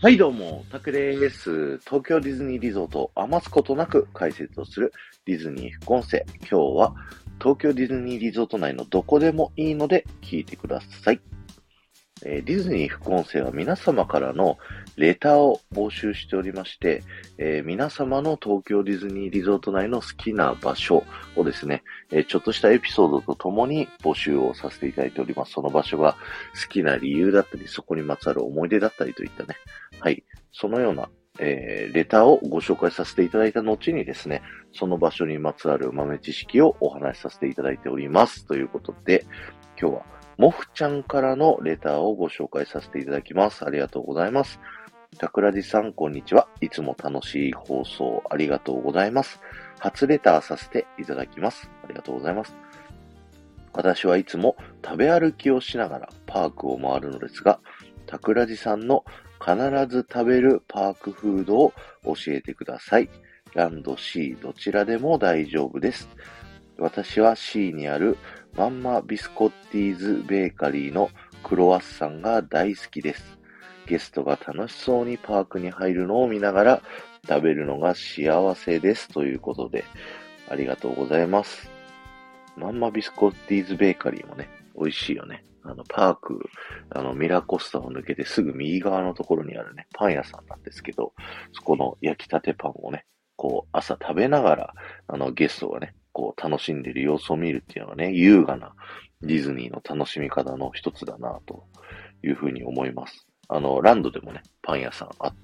はいどうも、タクです。東京ディズニーリゾートを余すことなく解説をするディズニー副音声。今日は東京ディズニーリゾート内のどこでもいいので聞いてください。ディズニー副音声は皆様からのレターを募集しておりまして、皆様の東京ディズニーリゾート内の好きな場所をですね、ちょっとしたエピソードとともに募集をさせていただいております。その場所が好きな理由だったり、そこにまつわる思い出だったりといったね、はい、そのようなレターをご紹介させていただいた後にですね、その場所にまつわる豆知識をお話しさせていただいております。ということで、今日はもふちゃんからのレターをご紹介させていただきます。ありがとうございます。たくらじさん、こんにちは。いつも楽しい放送ありがとうございます。初レターさせていただきます。ありがとうございます。私はいつも食べ歩きをしながらパークを回るのですが、たくらじさんの必ず食べるパークフードを教えてください。ランド C どちらでも大丈夫です。私は C にあるマンマビスコッティーズベーカリーのクロワッサンが大好きです。ゲストが楽しそうにパークに入るのを見ながら食べるのが幸せですということで、ありがとうございます。マンマビスコッティーズベーカリーもね、美味しいよね。パーク、ミラコスタを抜けてすぐ右側のところにあるね、パン屋さんなんですけど、そこの焼きたてパンをね、こう、朝食べながら、ゲストがね、こう、楽しんでいる様子を見るっていうのはね、優雅なディズニーの楽しみ方の一つだな、というふうに思います。ランドでもね、パン屋さんあって、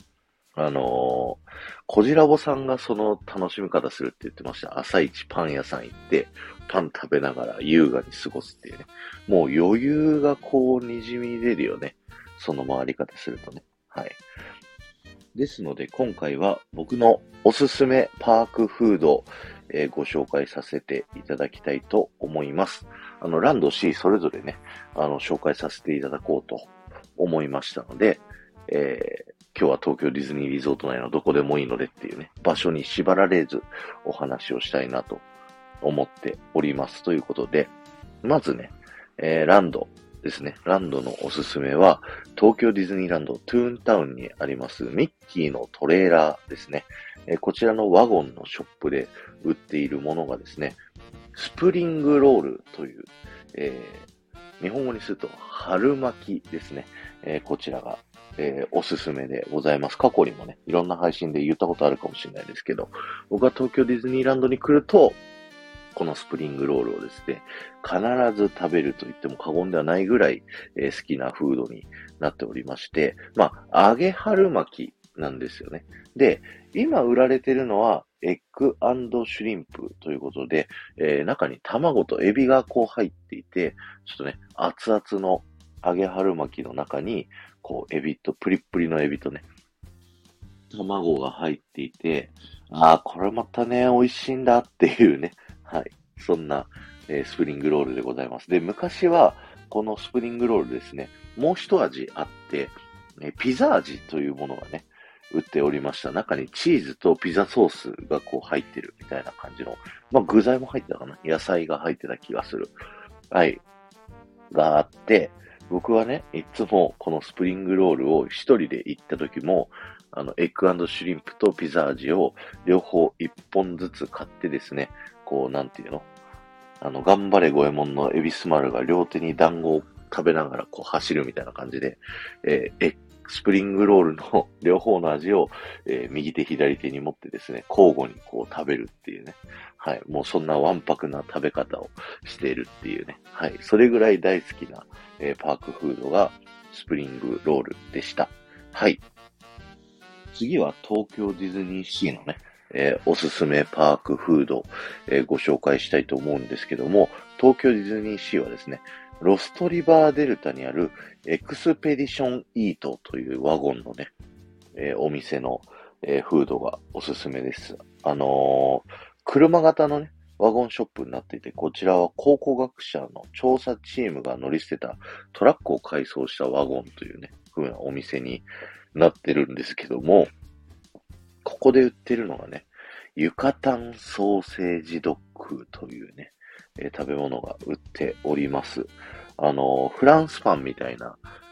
コジラボさんがその楽しみ方するって言ってました。朝一パン屋さん行って、パン食べながら優雅に過ごすっていうね。もう余裕がこう滲み出るよね。その回り方するとね。はい。ですので今回は僕のおすすめパークフードを、ご紹介させていただきたいと思います。ランド C それぞれね、紹介させていただこうと思いましたので、今日は東京ディズニーリゾート内のどこでもいいのでっていうね、場所に縛られずお話をしたいなと思っております。ということで、まずね、ランドですね。ランドのおすすめは、東京ディズニーランドトゥーンタウンにありますミッキーのトレーラーですね。こちらのワゴンのショップで売っているものがですね、スプリングロールという、日本語にすると春巻きですね。こちらがおすすめでございます。過去にもね、いろんな配信で言ったことあるかもしれないですけど、僕は東京ディズニーランドに来ると、このスプリングロールをですね、必ず食べると言っても過言ではないぐらい、好きなフードになっておりまして、まあ、揚げ春巻きなんですよね。で、今売られているのは、エッグ&シュリンプということで、中に卵とエビがこう入っていて、ちょっとね、熱々の揚げ春巻きの中に、こう、エビと、プリップリのエビとね、卵が入っていて、ああ、これまたね、美味しいんだっていうね、はい。そんな、スプリングロールでございます。で、昔は、このスプリングロールですね、もう一味あって、ピザ味というものがね、売っておりました。中にチーズとピザソースがこう入ってるみたいな感じの、まあ具材も入ってたかな。野菜が入ってた気がする。はい。があって、僕はね、いつもこのスプリングロールを一人で行った時も、エッグ&シュリンプとピザ味を両方一本ずつ買ってですね、こう、なんていうの頑張れ五右衛門のエビスマルが両手に団子を食べながらこう走るみたいな感じで、スプリングロールの両方の味を、右手左手に持ってですね、交互にこう食べるっていうね。はい。もうそんなわんぱくな食べ方をしているっていうね。はい。それぐらい大好きな、パークフードがスプリングロールでした。はい。次は東京ディズニーシーのね、おすすめパークフード、ご紹介したいと思うんですけども、東京ディズニーシーはですね、ロストリバーデルタにあるエクスペディションイートというワゴンのね、お店の、フードがおすすめです。車型のね、ワゴンショップになっていて、こちらは考古学者の調査チームが乗り捨てたトラックを改装したワゴンというね、風なお店になってるんですけども、ここで売ってるのがね、ユカタンソーセージドッグというね、食べ物が売っております。フランスパンみたいな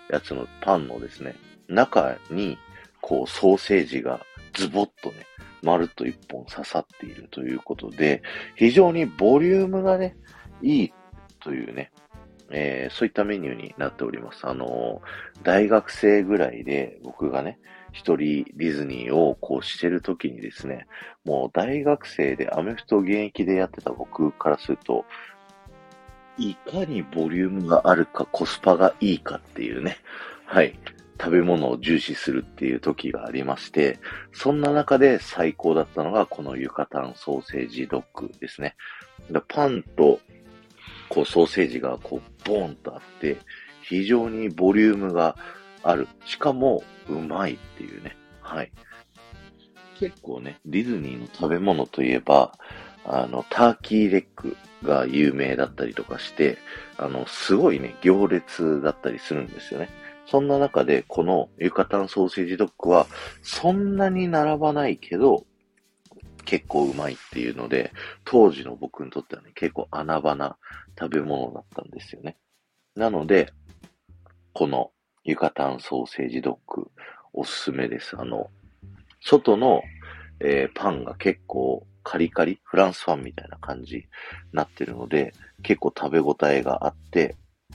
やつのパンのですね、中に、こう、ソーセージがズボッとね、丸っと一本刺さっているということで、非常にボリュームがね、いいというね、そういったメニューになっております。大学生ぐらいで僕がね、一人ディズニーをこうしてる時にですね、もう大学生でアメフト現役でやってた僕からすると、いかにボリュームがあるかコスパがいいかっていうね、はい、食べ物を重視するっていう時がありまして、そんな中で最高だったのがこのユカタンソーセージドッグですね。パンとこうソーセージがこうボーンとあって、非常にボリュームがある。しかもうまいっていうね。はい。結構ね、ディズニーの食べ物といえば、ターキーレッグが有名だったりとかして、すごいね、行列だったりするんですよね。そんな中で、このユカタンソーセージドッグは、そんなに並ばないけど、結構うまいっていうので、当時の僕にとってはね、結構穴場な食べ物だったんですよね。なので、このユカタンソーセージドッグ、おすすめです。外の、パンが結構カリカリ、フランスパンみたいな感じになってるので、結構食べ応えがあって、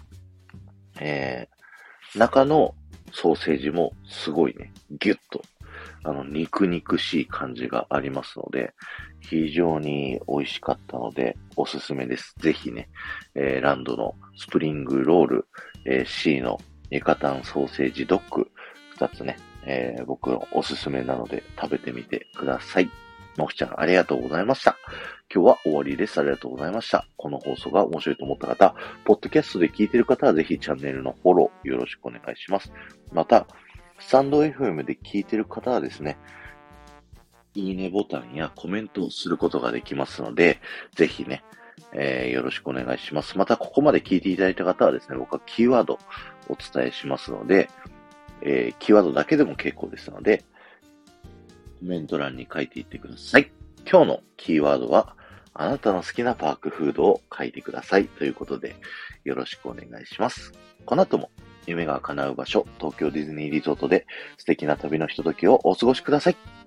中のソーセージもすごいね、ギュッと、肉々しい感じがありますので、非常に美味しかったので、おすすめです。ぜひね、ランドのスプリングロール、C のユカタンソーセージドッグ、二つね、僕のおすすめなので食べてみてください。のふちゃん、ありがとうございました。今日は終わりです。ありがとうございました。この放送が面白いと思った方、ポッドキャストで聞いている方はぜひチャンネルのフォローよろしくお願いします。また、スタンド FM で聞いている方はですね、いいねボタンやコメントをすることができますので、ぜひね、よろしくお願いします。また、ここまで聞いていただいた方はですね、僕はキーワードをお伝えしますので、キーワードだけでも結構ですので、コメント欄に書いていってください。今日のキーワードは、あなたの好きなパークフードを書いてくださいということで、よろしくお願いします。この後も夢が叶う場所、東京ディズニーリゾートで素敵な旅のひとときをお過ごしください。